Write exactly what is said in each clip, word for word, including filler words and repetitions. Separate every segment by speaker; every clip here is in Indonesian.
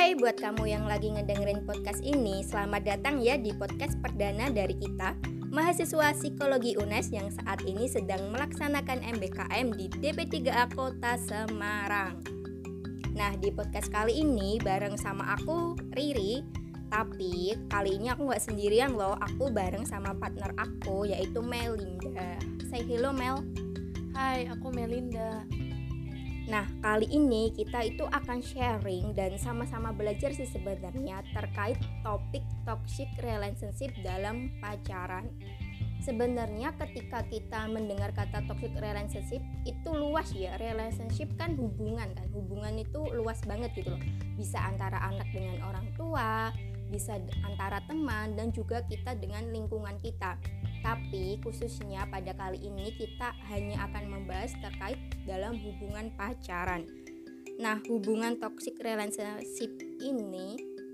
Speaker 1: Hai buat kamu yang lagi ngedengerin podcast ini, selamat datang ya di podcast perdana dari kita, mahasiswa psikologi U N E S yang saat ini sedang melaksanakan M B K M di D P tiga A Kota Semarang. Nah, di podcast kali ini bareng sama aku, Riri, tapi kali ini aku gak sendirian loh, aku bareng sama partner aku yaitu Melinda. Say hello Mel.
Speaker 2: Hai, aku Melinda.
Speaker 1: Nah, kali ini kita itu akan sharing dan sama-sama belajar sih sebenarnya terkait topik toxic relationship dalam pacaran. Sebenarnya ketika kita mendengar kata toxic relationship itu luas ya. Relationship kan hubungan kan. Hubungan itu luas banget gitu loh. Bisa antara anak dengan orang tua, bisa antara teman dan juga kita dengan lingkungan kita. Tapi khususnya pada kali ini kita hanya akan membahas terkait dalam hubungan pacaran. Nah, hubungan toxic relationship ini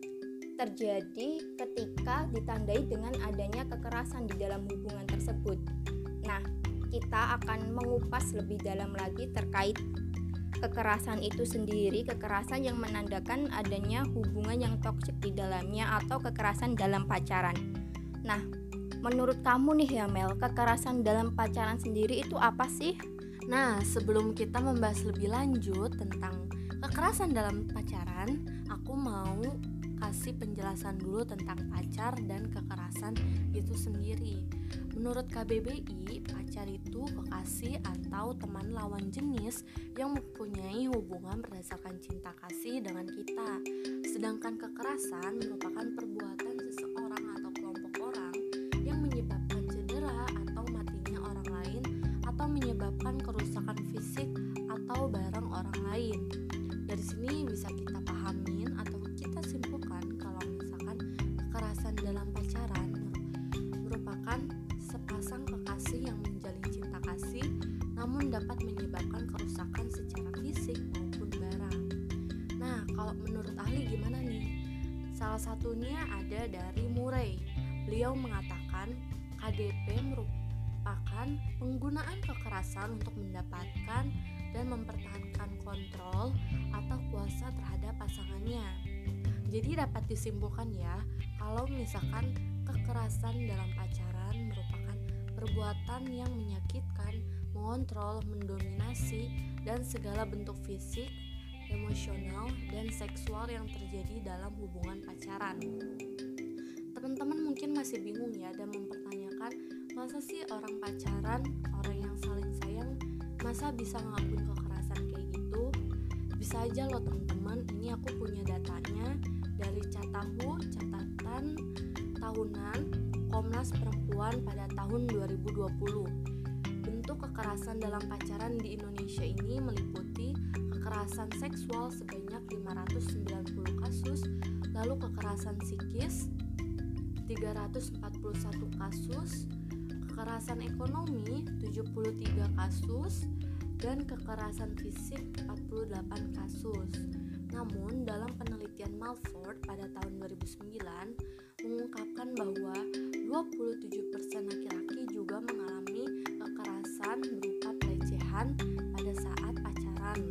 Speaker 1: terjadi ketika ditandai dengan adanya kekerasan di dalam hubungan tersebut. Nah, kita akan mengupas lebih dalam lagi terkait kekerasan itu sendiri, kekerasan yang menandakan adanya hubungan yang toksik di dalamnya atau kekerasan dalam pacaran. Nah, menurut kamu nih ya Mel, kekerasan dalam pacaran sendiri itu apa sih?
Speaker 2: Nah, sebelum kita membahas lebih lanjut tentang kekerasan dalam pacaran, aku mau kasih penjelasan dulu tentang pacar dan kekerasan itu sendiri. Menurut K B B I, pacar itu kekasih atau teman lawan jenis yang mempunyai hubungan berdasarkan cinta kasih dengan kita. Sedangkan kekerasan merupakan perbuatan seseorang atau kelompok orang yang menyebabkan cedera atau matinya orang lain atau menyebabkan kerusakan fisik atau barang orang lain. Dari sini bisa kita pahamin atau kita simpulkan kalau misalkan kekerasan dalam pacaran merupakan sepasang kekasih yang menjalin cinta kasih namun dapat menyebabkan kerusakan secara fisik maupun barang. Nah, kalau menurut ahli gimana nih? Salah satunya ada dari Murray. Beliau mengatakan K D P merupakan penggunaan kekerasan untuk mendapatkan dan mempertahankan kontrol atau kuasa terhadap pasangannya. Jadi dapat disimpulkan ya, kalau misalkan kekerasan dalam pacaran merupakan perbuatan yang menyakitkan, mengontrol, mendominasi, dan segala bentuk fisik, emosional, dan seksual yang terjadi dalam hubungan pacaran. Teman-teman mungkin masih bingung ya dan mempertanyakan, masa sih orang pacaran, orang yang saling sayang, masa bisa ngelakuin kekerasan kayak gitu? Bisa aja loh teman-teman, ini aku punya datanya dari Catahu, catatan tahunan Komnas Perempuan pada tahun dua ribu dua puluh. Bentuk kekerasan dalam pacaran di Indonesia ini meliputi kekerasan seksual sebanyak lima ratus sembilan puluh kasus, lalu kekerasan psikis tiga ratus empat puluh satu kasus, kekerasan ekonomi tujuh puluh tiga kasus, dan kekerasan fisik empat puluh delapan kasus. Namun, dalam penelitian Malford pada tahun dua ribu sembilan mengungkapkan bahwa dua puluh tujuh persen laki-laki juga mengalami kekerasan berupa pelecehan pada saat pacaran.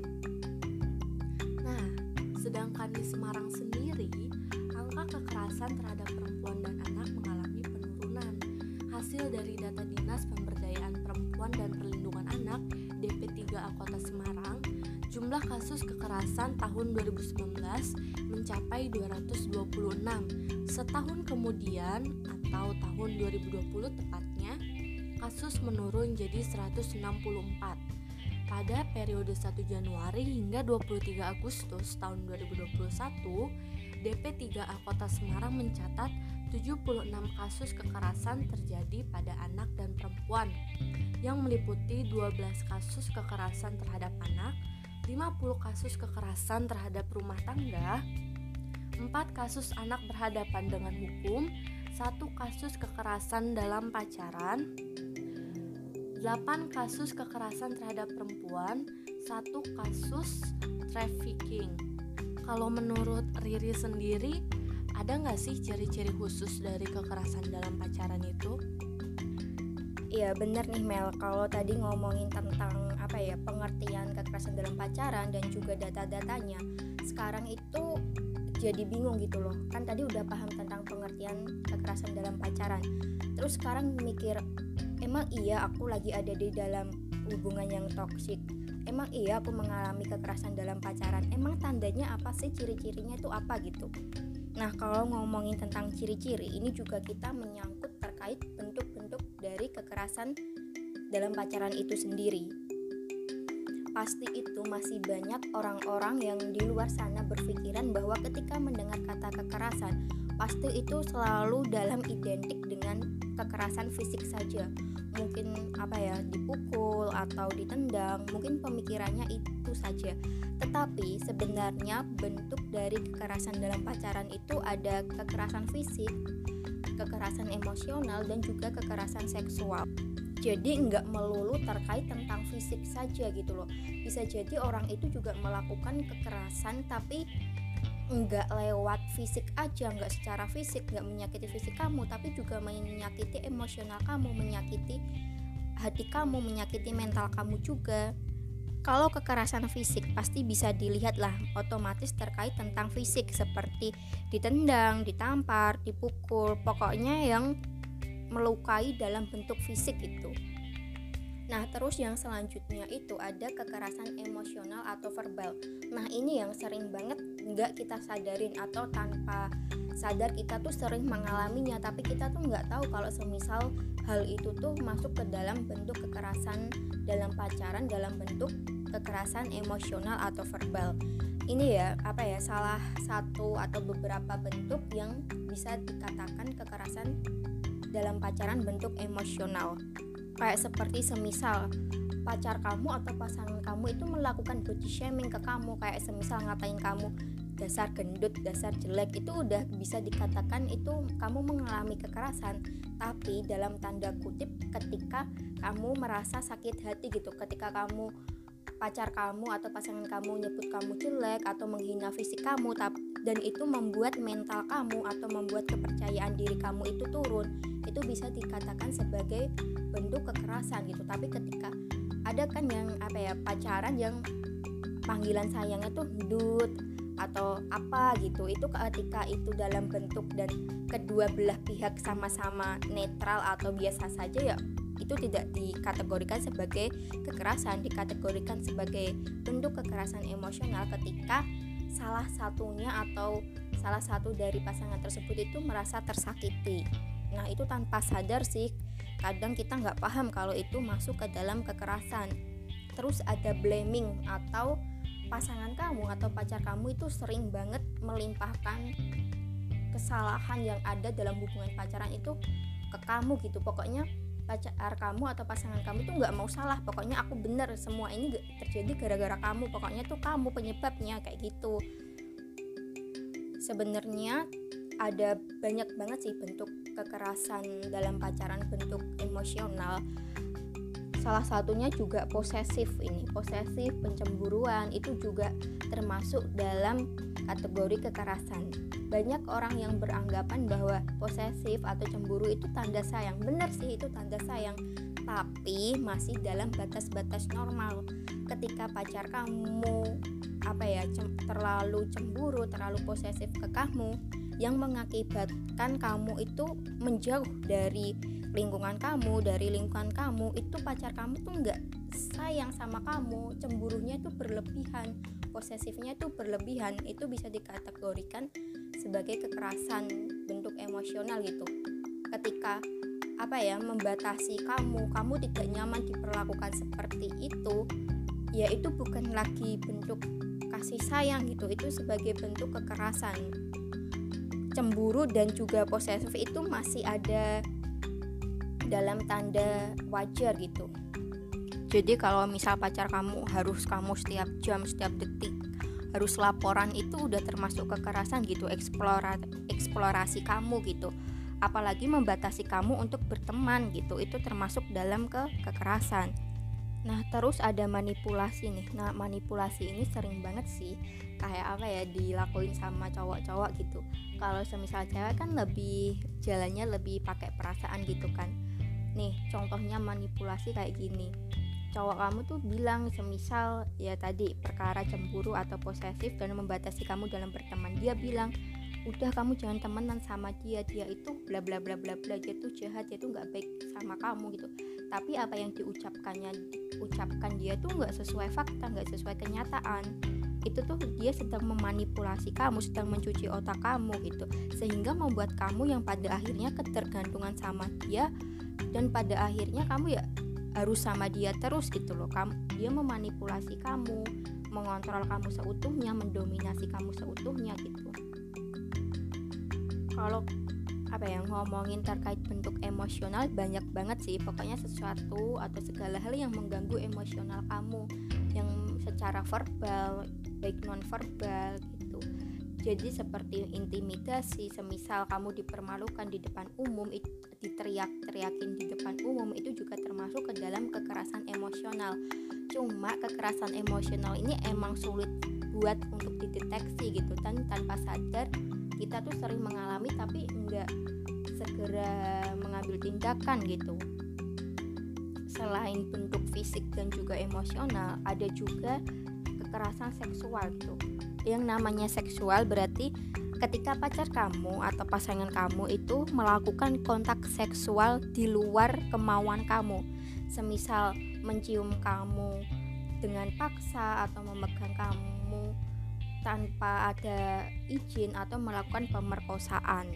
Speaker 2: Nah, sedangkan di Semarang sendiri, angka kekerasan terhadap perempuan dan anak mengalami penurunan. Hasil dari data Dinas Pemberdayaan Perempuan dan Perlindungan Anak D P tiga A Kota Semarang, jumlah kasus kekerasan tahun dua ribu sembilan belas mencapai dua ratus dua puluh enam. Setahun kemudian atau tahun dua ribu dua puluh tepatnya, kasus menurun jadi seratus enam puluh empat. Pada periode satu Januari hingga dua puluh tiga Agustus tahun dua ribu dua puluh satu, D P tiga A Kota Semarang mencatat tujuh puluh enam kasus kekerasan terjadi pada anak dan perempuan, yang meliputi dua belas kasus kekerasan terhadap anak, lima puluh kasus kekerasan terhadap rumah tangga, empat kasus anak berhadapan dengan hukum, satu kasus kekerasan dalam pacaran, delapan kasus kekerasan terhadap perempuan, satu kasus trafficking. Kalau menurut Riri sendiri, ada nggak sih ciri-ciri khusus dari kekerasan dalam pacaran itu?
Speaker 1: Iya bener nih Mel, kalau tadi ngomongin tentang apa ya pengertian kekerasan dalam pacaran dan juga data-datanya, sekarang itu jadi bingung gitu loh. Kan tadi udah paham tentang pengertian kekerasan dalam pacaran, terus sekarang mikir, emang iya aku lagi ada di dalam hubungan yang toksik, emang iya aku mengalami kekerasan dalam pacaran, emang tandanya apa sih, ciri-cirinya itu apa gitu. Nah, kalau ngomongin tentang ciri-ciri ini juga kita menyangkut terkait bentuk-bentuk dari kekerasan dalam pacaran itu sendiri. Pasti itu masih banyak orang-orang yang di luar sana berpikiran bahwa ketika mendengar kata kekerasan, pasti itu selalu dalam identik dengan kekerasan fisik saja. Mungkin apa ya, dipukul atau ditendang, mungkin pemikirannya itu saja. Tetapi sebenarnya bentuk dari kekerasan dalam pacaran itu ada kekerasan fisik, kekerasan emosional, dan juga kekerasan seksual. Jadi nggak melulu terkait tentang fisik saja gitu loh. Bisa jadi orang itu juga melakukan kekerasan tapi nggak lewat fisik aja, nggak secara fisik, nggak menyakiti fisik kamu, tapi juga menyakiti emosional kamu, menyakiti hati kamu, menyakiti mental kamu juga. Kalau kekerasan fisik pasti bisa dilihat lah, otomatis terkait tentang fisik seperti ditendang, ditampar, dipukul, pokoknya yang melukai dalam bentuk fisik itu. Nah, terus yang selanjutnya itu ada kekerasan emosional atau verbal. Nah, ini yang sering banget nggak kita sadarin, atau tanpa sadar kita tuh sering mengalaminya, tapi kita tuh nggak tahu kalau semisal hal itu tuh masuk ke dalam bentuk kekerasan dalam pacaran, dalam bentuk kekerasan emosional atau verbal. Ini ya, apa ya, salah satu atau beberapa bentuk yang bisa dikatakan kekerasan dalam pacaran bentuk emosional. Kayak seperti semisal pacar kamu atau pasangan kamu itu melakukan body shaming ke kamu, kayak semisal ngatain kamu dasar gendut, dasar jelek, itu udah bisa dikatakan itu kamu mengalami kekerasan. Tapi dalam tanda kutip ketika kamu merasa sakit hati gitu, ketika kamu pacar kamu atau pasangan kamu nyebut kamu jelek atau menghina fisik kamu, dan itu membuat mental kamu atau membuat kepercayaan diri kamu itu turun, itu bisa dikatakan sebagai bentuk kekerasan gitu. Tapi ketika ada kan yang apa ya, pacaran yang panggilan sayangnya tuh gendut atau apa gitu, itu ketika itu dalam bentuk dan kedua belah pihak sama-sama netral atau biasa saja, ya itu tidak dikategorikan sebagai kekerasan, dikategorikan sebagai bentuk kekerasan emosional ketika salah satunya atau salah satu dari pasangan tersebut itu merasa tersakiti. Nah, itu tanpa sadar sih, kadang kita nggak paham kalau itu masuk ke dalam kekerasan. Terus ada blaming, atau pasangan kamu atau pacar kamu itu sering banget melimpahkan kesalahan yang ada dalam hubungan pacaran itu ke kamu gitu. Pokoknya pacar kamu atau pasangan kamu itu nggak mau salah, pokoknya aku bener, semua ini terjadi gara-gara kamu, pokoknya tuh kamu penyebabnya, kayak gitu. Sebenarnya ada banyak banget sih bentuk kekerasan dalam pacaran, bentuk emosional. Salah satunya juga posesif ini, posesif, pencemburuan, itu juga termasuk dalam kategori kekerasan. Banyak orang yang beranggapan bahwa posesif atau cemburu itu tanda sayang. Benar sih, itu tanda sayang, tapi masih dalam batas-batas normal. Ketika pacar kamu apa ya cem- terlalu cemburu, terlalu posesif ke kamu, yang mengakibatkan kamu itu menjauh dari lingkungan kamu, dari lingkungan kamu, itu pacar kamu tuh nggak sayang sama kamu, cemburunya itu berlebihan, posesifnya itu berlebihan, itu bisa dikategorikan sebagai kekerasan bentuk emosional gitu. Ketika apa ya membatasi kamu, kamu tidak nyaman diperlakukan seperti itu, ya itu bukan lagi bentuk kasih sayang gitu, itu sebagai bentuk kekerasan. Cemburu dan juga posesif itu masih ada dalam tanda wajar gitu. Jadi kalau misal pacar kamu harus kamu setiap jam, setiap detik harus laporan, itu udah termasuk kekerasan gitu, eksplora, eksplorasi kamu gitu. Apalagi membatasi kamu untuk berteman gitu, itu termasuk dalam ke kekerasan. Nah, terus ada manipulasi nih. Nah, manipulasi ini sering banget sih kayak apa ya dilakuin sama cowok-cowok gitu. Kalau semisal cewek kan lebih jalannya lebih pakai perasaan gitu kan. Nih, contohnya manipulasi kayak gini. cowok kamu tuh bilang semisal ya tadi perkara cemburu atau posesif dan membatasi kamu dalam berteman, dia bilang udah kamu jangan temenan sama dia, dia itu bla bla bla bla bla, dia tuh jahat, dia tuh nggak baik sama kamu gitu. Tapi apa yang diucapkannya diucapkan dia tuh nggak sesuai fakta, nggak sesuai kenyataan. Itu tuh dia sedang memanipulasi kamu, sedang mencuci otak kamu gitu, sehingga membuat kamu yang pada akhirnya ketergantungan sama dia, dan pada akhirnya kamu ya harus sama dia terus gitu loh. Kamu, dia memanipulasi kamu, mengontrol kamu seutuhnya, mendominasi kamu seutuhnya gitu. Kalau apa ya ngomongin terkait bentuk emosional banyak banget sih, pokoknya sesuatu atau segala hal yang mengganggu emosional kamu, yang secara verbal baik non verbal gitu. Jadi seperti intimidasi, semisal kamu dipermalukan di depan umum, diteriak-teriakin di depan umum, itu juga termasuk ke dalam kekerasan emosional. Cuma kekerasan emosional ini emang sulit buat untuk dideteksi gitu, dan tanpa sadar kita tuh sering mengalami tapi enggak segera mengambil tindakan gitu. Selain bentuk fisik dan juga emosional, ada juga kekerasan seksual gitu. Yang namanya seksual berarti ketika pacar kamu atau pasangan kamu itu melakukan kontak seksual di luar kemauan kamu, semisal mencium kamu dengan paksa atau memegang kamu tanpa ada izin atau melakukan pemerkosaan.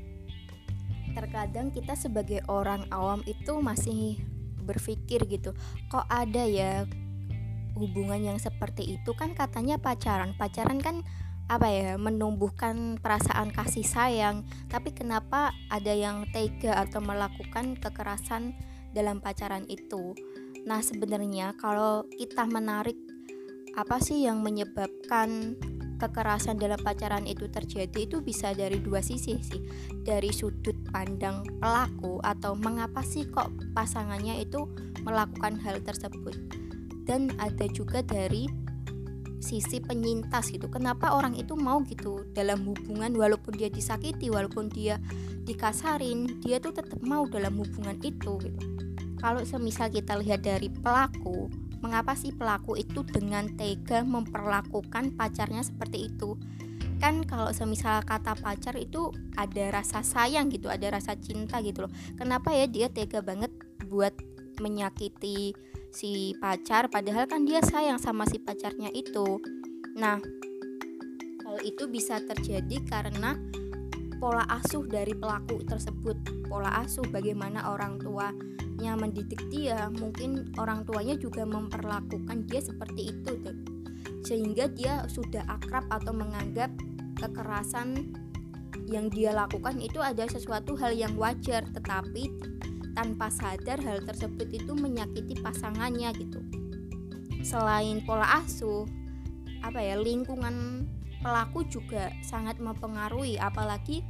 Speaker 1: Terkadang kita sebagai orang awam itu masih berpikir gitu, kok ada ya hubungan yang seperti itu, kan katanya pacaran pacaran kan apa ya menumbuhkan perasaan kasih sayang, tapi kenapa ada yang tega atau melakukan kekerasan dalam pacaran itu. Nah sebenarnya kalau kita menarik apa sih yang menyebabkan kekerasan dalam pacaran itu terjadi, itu bisa dari dua sisi sih. Dari sudut pandang pelaku atau mengapa sih kok pasangannya itu melakukan hal tersebut, dan ada juga dari sisi penyintas gitu. Kenapa orang itu mau gitu dalam hubungan, walaupun dia disakiti, walaupun dia dikasarin, dia tuh tetap mau dalam hubungan itu gitu. Kalau semisal kita lihat dari pelaku, mengapa sih pelaku itu dengan tega memperlakukan pacarnya seperti itu? Kan kalau semisal kata pacar itu ada rasa sayang gitu, ada rasa cinta gitu loh. Kenapa ya dia tega banget buat menyakiti si pacar, padahal kan dia sayang sama si pacarnya itu. Nah, hal itu bisa terjadi karena pola asuh dari pelaku tersebut. Pola asuh bagaimana orang tuanya mendidik dia, mungkin orang tuanya juga memperlakukan dia seperti itu tuh. Sehingga dia sudah akrab atau menganggap kekerasan yang dia lakukan itu ada sesuatu hal yang wajar, tetapi tanpa sadar hal tersebut itu menyakiti pasangannya gitu. Selain pola asuh, apa ya, lingkungan pelaku juga sangat mempengaruhi, apalagi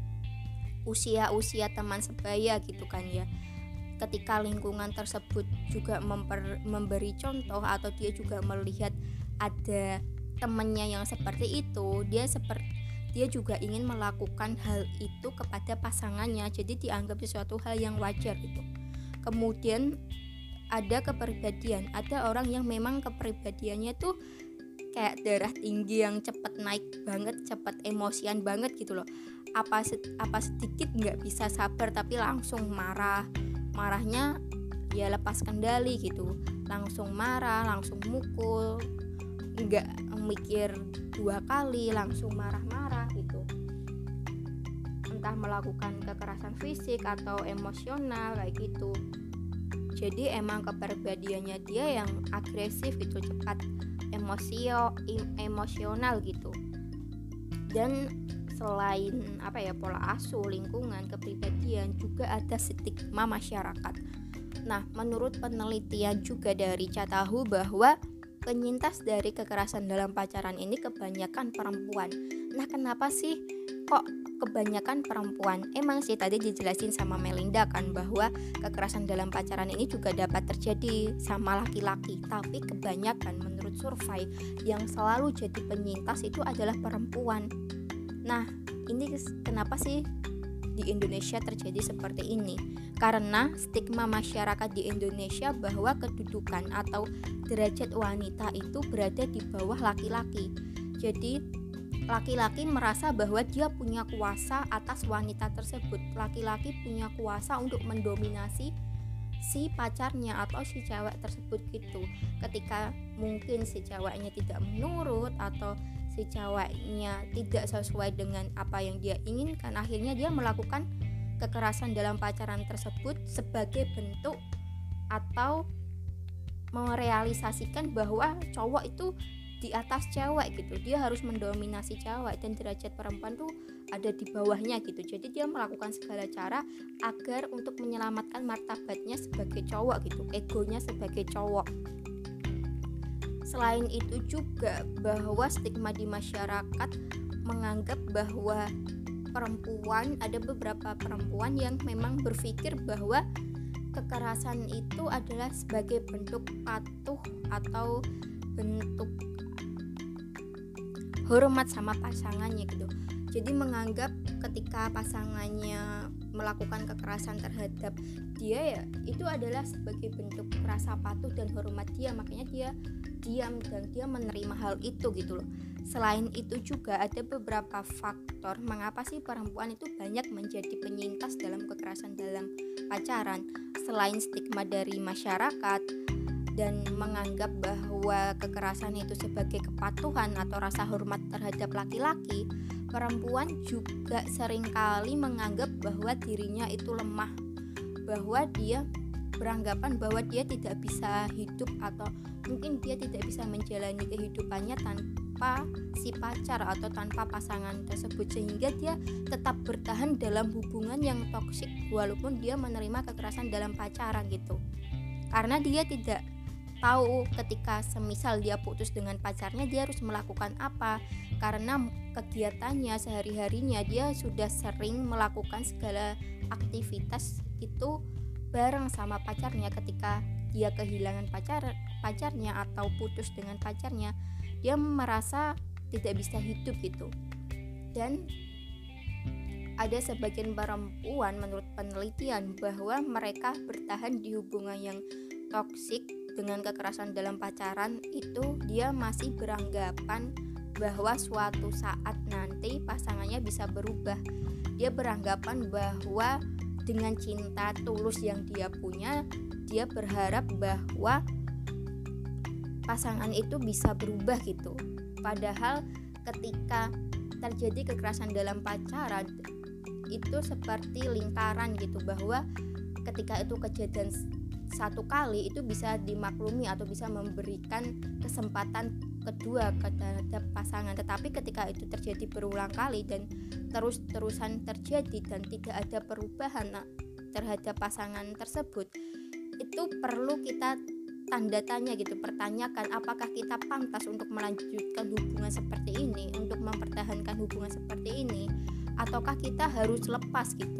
Speaker 1: usia-usia teman sebaya gitu kan ya. Ketika lingkungan tersebut juga memper, memberi contoh atau dia juga melihat ada temannya yang seperti itu, dia seperti dia juga ingin melakukan hal itu kepada pasangannya, jadi dianggap sesuatu hal yang wajar gitu. Kemudian ada kepribadian, ada orang yang memang kepribadiannya tuh kayak darah tinggi yang cepat naik banget, cepat emosian banget gitu loh. Apa apa sedikit nggak bisa sabar tapi langsung marah, marahnya ya lepas kendali gitu, langsung marah, langsung mukul, nggak mikir dua kali, langsung marah-marah gitu. Entah melakukan kekerasan fisik atau emosional kayak gitu. Jadi emang kepribadiannya dia yang agresif gitu, cepat emosio emosional gitu. Dan selain apa ya pola asuh, lingkungan, kepribadian, juga ada stigma masyarakat. Nah, menurut penelitian juga dari Catahu bahwa penyintas dari kekerasan dalam pacaran ini kebanyakan perempuan. Nah, kenapa sih kok kebanyakan perempuan? Emang sih tadi dijelasin sama Melinda kan bahwa kekerasan dalam pacaran ini juga dapat terjadi sama laki-laki, tapi kebanyakan menurut survei yang selalu jadi penyintas itu adalah perempuan. Nah, ini kenapa sih di Indonesia terjadi seperti ini? Karena stigma masyarakat di Indonesia bahwa kedudukan atau derajat wanita itu berada di bawah laki-laki. Jadi laki-laki merasa bahwa dia punya kuasa atas wanita tersebut. Laki-laki punya kuasa untuk mendominasi si pacarnya atau si cewek tersebut gitu. Ketika mungkin si ceweknya tidak menurut atau si ceweknya tidak sesuai dengan apa yang dia inginkan, akhirnya dia melakukan kekerasan dalam pacaran tersebut sebagai bentuk atau merealisasikan bahwa cowok itu di atas cewek gitu, dia harus mendominasi cewek dan derajat perempuan tuh ada di bawahnya gitu. Jadi dia melakukan segala cara agar untuk menyelamatkan martabatnya sebagai cowok gitu, egonya sebagai cowok. Selain itu juga bahwa stigma di masyarakat menganggap bahwa perempuan, ada beberapa perempuan yang memang berpikir bahwa kekerasan itu adalah sebagai bentuk patuh atau bentuk hormat sama pasangannya gitu. Jadi menganggap ketika pasangannya melakukan kekerasan terhadap dia, ya itu adalah sebagai bentuk rasa patuh dan hormat dia, makanya dia diam dan dia menerima hal itu gitu loh. Selain itu juga ada beberapa faktor mengapa sih perempuan itu banyak menjadi penyintas dalam kekerasan dalam pacaran. Selain stigma dari masyarakat dan menganggap bahwa kekerasan itu sebagai kepatuhan atau rasa hormat terhadap laki-laki, perempuan juga seringkali menganggap bahwa dirinya itu lemah, bahwa dia beranggapan bahwa dia tidak bisa hidup atau mungkin dia tidak bisa menjalani kehidupannya tanpa si pacar atau tanpa pasangan tersebut, sehingga dia tetap bertahan dalam hubungan yang toksik walaupun dia menerima kekerasan dalam pacaran gitu. Karena dia tidak tahu ketika semisal dia putus dengan pacarnya dia harus melakukan apa, karena kegiatannya sehari-harinya dia sudah sering melakukan segala aktivitas itu bareng sama pacarnya. Ketika dia kehilangan pacar pacarnya atau putus dengan pacarnya, dia merasa tidak bisa hidup gitu. Dan ada sebagian perempuan menurut penelitian bahwa mereka bertahan di hubungan yang toksik dengan kekerasan dalam pacaran itu dia masih beranggapan bahwa suatu saat nanti pasangannya bisa berubah. Dia beranggapan bahwa dengan cinta tulus yang dia punya, dia berharap bahwa pasangan itu bisa berubah gitu. Padahal ketika terjadi kekerasan dalam pacaran itu seperti lingkaran gitu, bahwa ketika itu kejadian satu kali itu bisa dimaklumi atau bisa memberikan kesempatan kedua terhadap pasangan, tetapi ketika itu terjadi berulang kali dan terus-terusan terjadi dan tidak ada perubahan terhadap pasangan tersebut, itu perlu kita tanda tanya gitu, pertanyakan apakah kita pantas untuk melanjutkan hubungan seperti ini, untuk mempertahankan hubungan seperti ini, ataukah kita harus lepas gitu.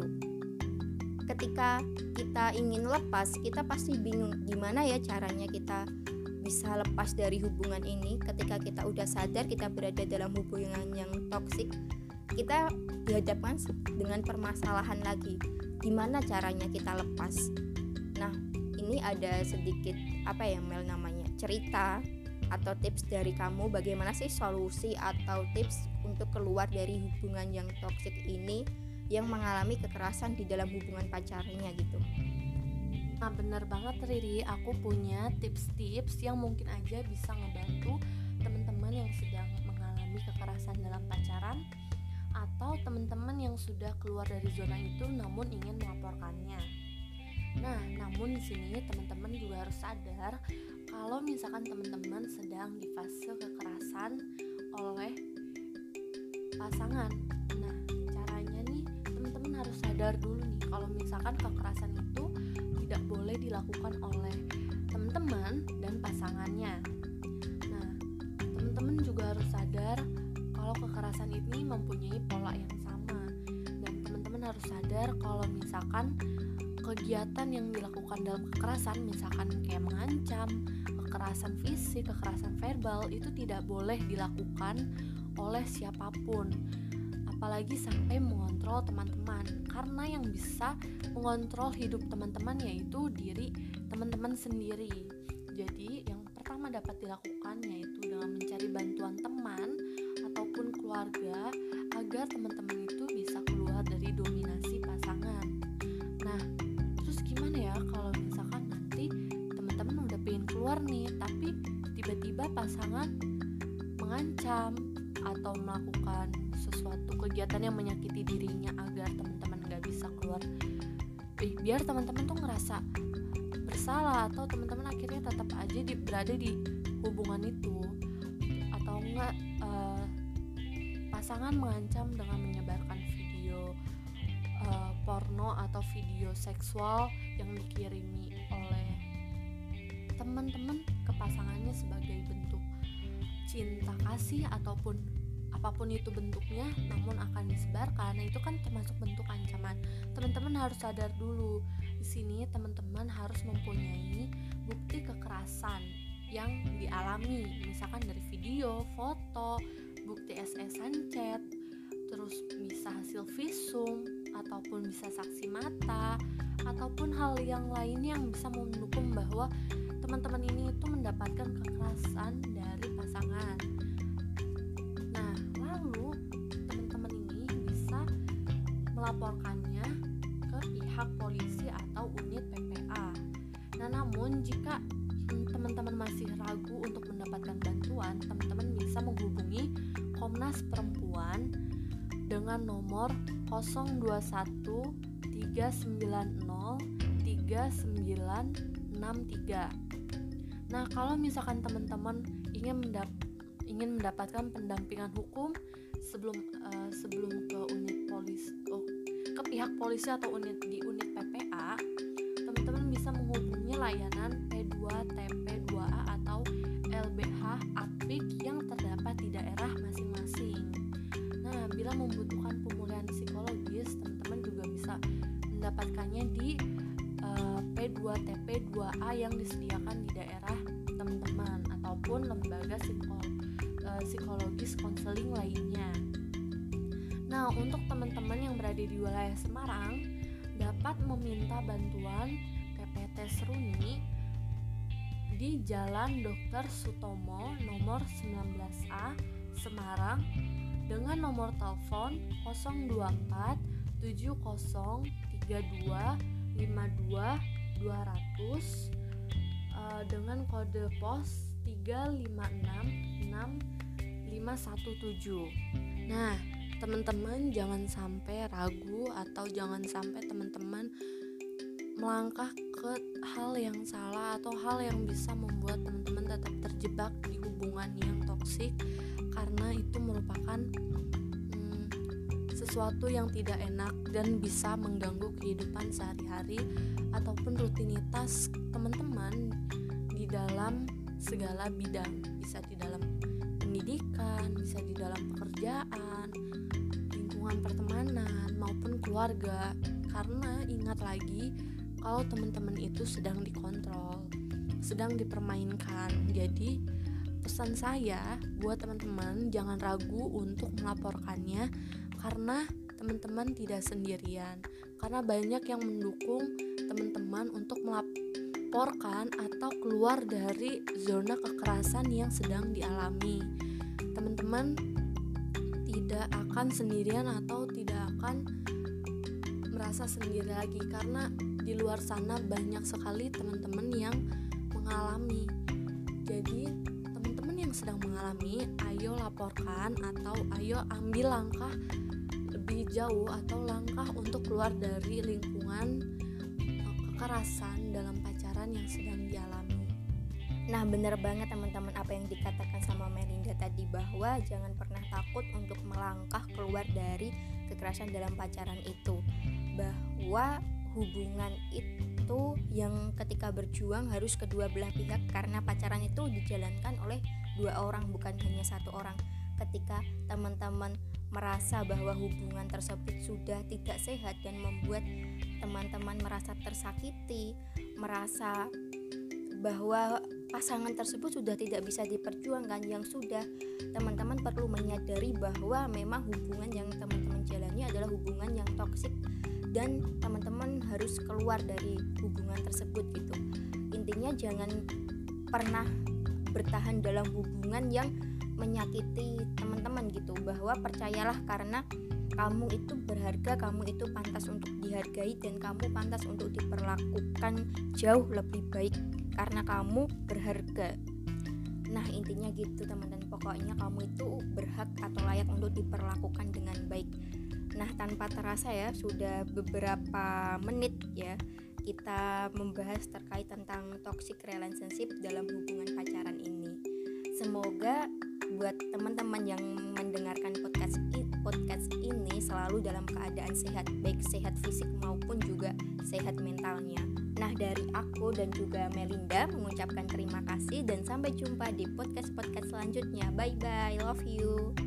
Speaker 1: Ketika kita ingin lepas, kita pasti bingung gimana ya caranya kita bisa lepas dari hubungan ini. Ketika kita udah sadar kita berada dalam hubungan yang toksik, kita dihadapkan dengan permasalahan lagi, gimana caranya kita lepas. Nah, ini ada sedikit apa ya Mel namanya, cerita atau tips dari kamu, bagaimana sih solusi atau tips untuk keluar dari hubungan yang toksik ini yang mengalami kekerasan di dalam hubungan pacarnya gitu.
Speaker 2: Nah bener banget Riri, aku punya tips-tips yang mungkin aja bisa ngebantu teman-teman yang sedang mengalami kekerasan dalam pacaran atau teman-teman yang sudah keluar dari zona itu namun ingin melaporkannya. Nah, namun di sini teman-teman juga harus sadar kalau misalkan teman-teman sedang di fase kekerasan oleh pasangan. Nah, caranya nih teman-teman harus sadar dulu nih kalau misalkan kekerasan itu tidak boleh dilakukan oleh teman-teman dan pasangannya. Nah, teman-teman juga harus sadar kalau kekerasan ini mempunyai pola yang sama, dan teman-teman harus sadar kalau misalkan kegiatan yang dilakukan dalam kekerasan, misalkan kayak mengancam, kekerasan fisik, kekerasan verbal, itu tidak boleh dilakukan oleh siapapun. apalagi sampai mengontrol teman-teman, karena yang bisa mengontrol hidup teman-teman yaitu diri teman-teman sendiri. Jadi yang pertama dapat dilakukan yaitu dengan mencari bantuan teman ataupun keluarga agar teman-teman itu bisa keluar dari dominasi pasangan. Nah, terus gimana ya kalau misalkan nanti teman-teman udah pengen keluar nih, tapi tiba-tiba pasangan mengancam atau melakukan sesuatu kegiatan yang menyakiti dirinya agar teman-teman gak bisa keluar, eh, biar teman-teman tuh ngerasa bersalah, atau teman-teman akhirnya tetap aja di, berada di hubungan itu, atau enggak uh, pasangan mengancam dengan menyebarkan video uh, porno atau video seksual yang dikirimi oleh teman-teman ke pasangannya sebagai bentuk cinta kasih ataupun apapun itu bentuknya, namun akan disebarkan. Nah, itu kan termasuk bentuk ancaman. Teman-teman harus sadar dulu. Di sini teman-teman harus mempunyai bukti kekerasan yang dialami, misalkan dari video, foto, bukti es esan chat, terus bisa hasil visum, ataupun bisa saksi mata, ataupun hal yang lainnya yang bisa mendukung bahwa teman-teman ini itu mendapatkan kekerasan dari pasangan. Nah, lalu teman-teman ini bisa melaporkannya ke pihak polisi atau unit P P A. Nah, namun jika hmm, teman-teman masih ragu untuk mendapatkan bantuan, teman-teman bisa menghubungi Komnas Perempuan dengan nomor nol dua satu tiga sembilan nol tiga sembilan enam tiga. Nah, kalau misalkan teman-teman ingin mendap- ingin mendapatkan pendampingan hukum sebelum uh, sebelum ke unit polisi, oh, ke pihak polisi atau unit di unit P P A, teman-teman bisa menghubungi layanan P dua T P dua A atau L B H Adpik yang terdapat di daerah masing-masing. Nah, bila membutuhkan pemulihan psikologis, teman-teman juga bisa mendapatkannya di uh, P dua T P dua A yang disediakan di daerah teman-teman ataupun lembaga psikolo, uh, psikologis konseling lainnya. Nah, untuk teman-teman yang berada di wilayah Semarang dapat meminta bantuan P P T Seruni di Jalan Dokter Sutomo nomor sembilan belas A Semarang dengan nomor telepon nol dua empat tujuh nol tiga dua lima dua dua nol nol uh, dengan kode pos tiga lima enam enam lima satu tujuh. Nah, teman-teman jangan sampai ragu atau jangan sampai teman-teman melangkah ke hal yang salah atau hal yang bisa membuat teman-teman tetap terjebak di hubungan yang toksik, karena itu merupakan hmm, sesuatu yang tidak enak dan bisa mengganggu kehidupan sehari-hari ataupun rutinitas teman-teman di dalam segala bidang, bisa di dalam pendidikan, bisa di dalam pekerjaan, lingkungan pertemanan maupun keluarga. Karena ingat lagi, kalau teman-teman itu sedang dikontrol, sedang dipermainkan. Jadi pesan saya buat teman-teman, jangan ragu untuk melaporkannya, karena teman-teman tidak sendirian. Karena banyak yang mendukung teman-teman untuk melaporkan atau keluar dari zona kekerasan yang sedang dialami. Teman-teman tidak akan sendirian atau tidak akan merasa sendiri lagi, karena di luar sana banyak sekali teman-teman yang mengalami. Jadi teman-teman yang sedang mengalami, ayo laporkan atau ayo ambil langkah lebih jauh atau langkah untuk keluar dari lingkungan kekerasan dalam pacaran yang sedang dialami.
Speaker 1: Nah, benar banget teman-teman apa yang dikatakan sama Melinda tadi, bahwa jangan pernah takut untuk melangkah keluar dari kekerasan dalam pacaran itu, bahwa hubungan itu yang ketika berjuang harus kedua belah pihak, karena pacaran itu dijalankan oleh dua orang, bukan hanya satu orang. Ketika teman-teman merasa bahwa hubungan tersebut sudah tidak sehat dan membuat teman-teman merasa tersakiti, merasa bahwa pasangan tersebut sudah tidak bisa diperjuangkan, yang sudah teman-teman perlu menyadari bahwa memang hubungan yang teman-teman jalani adalah hubungan yang toksik dan teman-teman harus keluar dari hubungan tersebut gitu. Intinya jangan pernah bertahan dalam hubungan yang menyakiti teman-teman gitu, bahwa percayalah karena kamu itu berharga, kamu itu pantas untuk dihargai, dan kamu pantas untuk diperlakukan jauh lebih baik karena kamu berharga. Nah intinya gitu teman-teman, pokoknya kamu itu berhak atau layak untuk diperlakukan dengan baik. Nah tanpa terasa ya, sudah beberapa menit ya kita membahas terkait tentang toxic relationship dalam hubungan pacaran ini. Semoga buat teman-teman yang mendengarkan podcast podcast ini selalu dalam keadaan sehat, baik sehat fisik maupun juga sehat mentalnya. Nah dari aku dan juga Melinda mengucapkan terima kasih dan sampai jumpa di podcast-podcast selanjutnya. Bye bye, love you.